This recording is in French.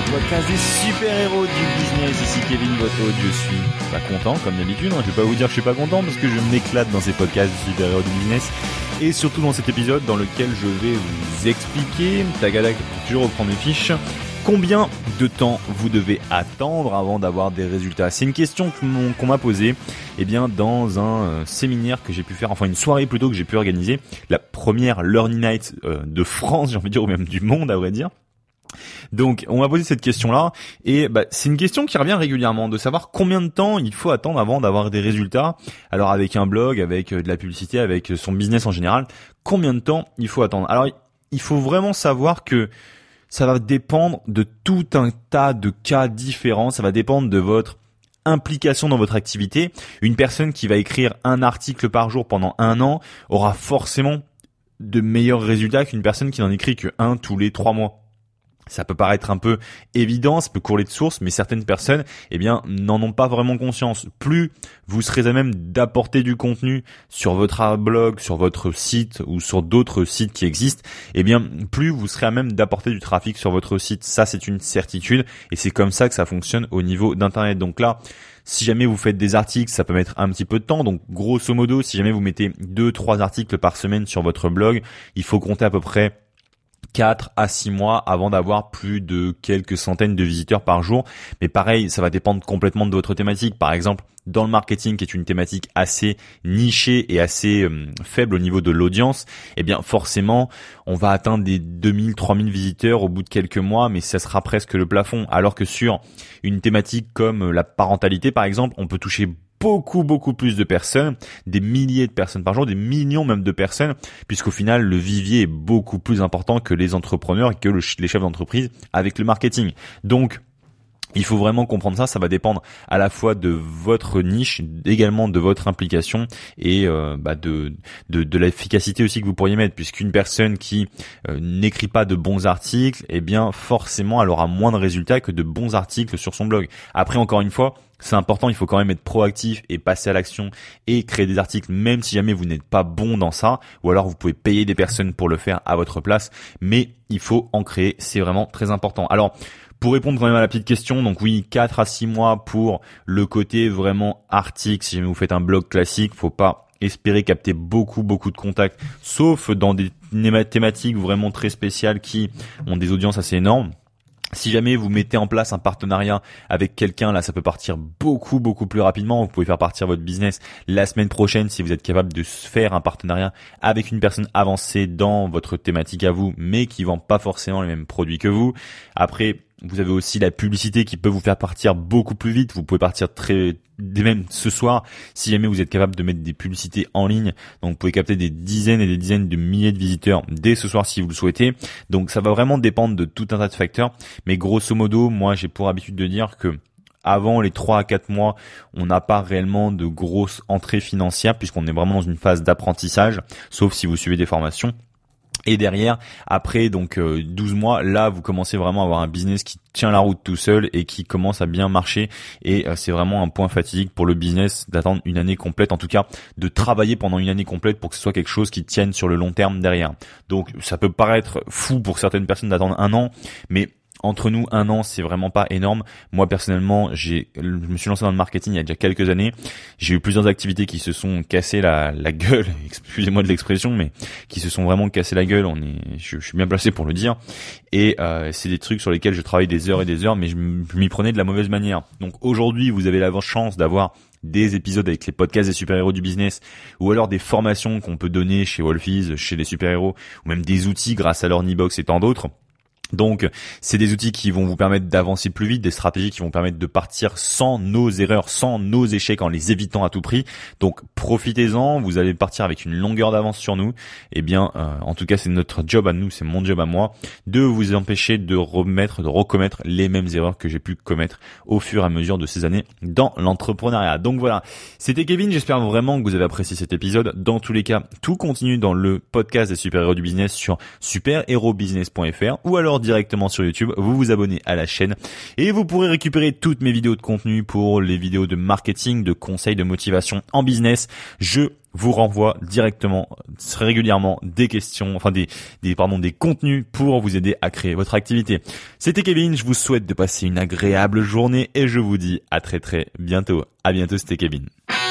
podcast des super-héros du business. Ici Kevin, votre hôte. Je suis pas content, comme d'habitude. Je vais pas vous dire que je suis pas content parce que je m'éclate dans ces podcasts des super-héros du business. Et surtout dans cet épisode dans lequel je vais vous expliquer, tagadac, je reprends mes fiches, combien de temps vous devez attendre avant d'avoir des résultats. C'est une question qu'on m'a posée dans un séminaire que j'ai pu faire, enfin une soirée plutôt que j'ai pu organiser, la première Learning Night de France, j'ai envie de dire, ou même du monde à vrai dire. Donc on m'a posé cette question-là et c'est une question qui revient régulièrement, de savoir combien de temps il faut attendre avant d'avoir des résultats. Alors avec un blog, avec de la publicité, avec son business en général, combien de temps il faut attendre. Alors il faut vraiment savoir que ça va dépendre de tout un tas de cas différents, ça va dépendre de votre implication dans votre activité. Une personne qui va écrire un article par jour pendant 1 an aura forcément de meilleurs résultats qu'une personne qui n'en écrit que 1 tous les 3 mois. Ça peut paraître un peu évident, ça peut couler de source, mais certaines personnes, n'en ont pas vraiment conscience. Plus vous serez à même d'apporter du contenu sur votre blog, sur votre site ou sur d'autres sites qui existent, plus vous serez à même d'apporter du trafic sur votre site. Ça, c'est une certitude et c'est comme ça que ça fonctionne au niveau d'Internet. Donc là, si jamais vous faites des articles, ça peut mettre un petit peu de temps. Donc grosso modo, si jamais vous mettez 2-3 articles par semaine sur votre blog, il faut compter à peu près 4 à 6 mois avant d'avoir plus de quelques centaines de visiteurs par jour. Mais pareil, ça va dépendre complètement de votre thématique. Par exemple, dans le marketing, qui est une thématique assez nichée et assez faible au niveau de l'audience, forcément, on va atteindre des 2000, 3000 visiteurs au bout de quelques mois, mais ça sera presque le plafond. Alors que sur une thématique comme la parentalité, par exemple, on peut toucher beaucoup plus de personnes, des milliers de personnes par jour, des millions même de personnes, puisqu'au final le vivier est beaucoup plus important que les entrepreneurs et que les chefs d'entreprise avec le marketing. Donc il faut vraiment comprendre ça, ça va dépendre à la fois de votre niche, également de votre implication et de l'efficacité aussi que vous pourriez mettre, puisqu'une personne qui n'écrit pas de bons articles, forcément elle aura moins de résultats que de bons articles sur son blog. Après, encore une fois, c'est important, il faut quand même être proactif et passer à l'action et créer des articles, même si jamais vous n'êtes pas bon dans ça, ou alors vous pouvez payer des personnes pour le faire à votre place, mais il faut en créer, c'est vraiment très important. Alors, pour répondre quand même à la petite question, donc oui, 4 à 6 mois pour le côté vraiment article. Si jamais vous faites un blog classique, faut pas espérer capter beaucoup de contacts, sauf dans des thématiques vraiment très spéciales qui ont des audiences assez énormes. Si jamais vous mettez en place un partenariat avec quelqu'un, là, ça peut partir beaucoup plus rapidement. Vous pouvez faire partir votre business la semaine prochaine si vous êtes capable de faire un partenariat avec une personne avancée dans votre thématique à vous, mais qui vend pas forcément les mêmes produits que vous. Après, vous avez aussi la publicité qui peut vous faire partir beaucoup plus vite. Vous pouvez partir même ce soir si jamais vous êtes capable de mettre des publicités en ligne. Donc vous pouvez capter des dizaines et des dizaines de milliers de visiteurs dès ce soir si vous le souhaitez. Donc ça va vraiment dépendre de tout un tas de facteurs. Mais grosso modo, moi j'ai pour habitude de dire que avant les 3 à 4 mois, on n'a pas réellement de grosses entrées financières puisqu'on est vraiment dans une phase d'apprentissage, sauf si vous suivez des formations. Et derrière, après 12 mois, là vous commencez vraiment à avoir un business qui tient la route tout seul et qui commence à bien marcher. Et c'est vraiment un point fatidique pour le business d'attendre une année complète, en tout cas de travailler pendant une année complète pour que ce soit quelque chose qui tienne sur le long terme derrière. Donc ça peut paraître fou pour certaines personnes d'attendre 1 an, mais entre nous, 1 an, c'est vraiment pas énorme. Moi, personnellement, je me suis lancé dans le marketing il y a déjà quelques années. J'ai eu plusieurs activités qui se sont cassées la gueule, excusez-moi de l'expression, mais qui se sont vraiment cassées la gueule. Je suis bien placé pour le dire. Et c'est des trucs sur lesquels je travaille des heures et des heures, mais je m'y prenais de la mauvaise manière. Donc aujourd'hui, vous avez la chance d'avoir des épisodes avec les podcasts des super-héros du business, ou alors des formations qu'on peut donner chez Wolfies, chez les super-héros, ou même des outils grâce à l'Ornibox et tant d'autres. Donc, c'est des outils qui vont vous permettre d'avancer plus vite, des stratégies qui vont permettre de partir sans nos erreurs, sans nos échecs, en les évitant à tout prix. Donc, profitez-en, vous allez partir avec une longueur d'avance sur nous. En tout cas, c'est notre job à nous, c'est mon job à moi, de vous empêcher de recommettre les mêmes erreurs que j'ai pu commettre au fur et à mesure de ces années dans l'entrepreneuriat. Donc voilà, c'était Kevin, j'espère vraiment que vous avez apprécié cet épisode. Dans tous les cas, tout continue dans le podcast des super-héros du business sur superherobusiness.fr ou alors directement sur YouTube, vous vous abonnez à la chaîne et vous pourrez récupérer toutes mes vidéos de contenu pour les vidéos de marketing, de conseils, de motivation en business. Je vous renvoie directement, très régulièrement, des questions, enfin des contenus pour vous aider à créer votre activité. C'était Kevin, je vous souhaite de passer une agréable journée et je vous dis à très très bientôt. À bientôt, c'était Kevin.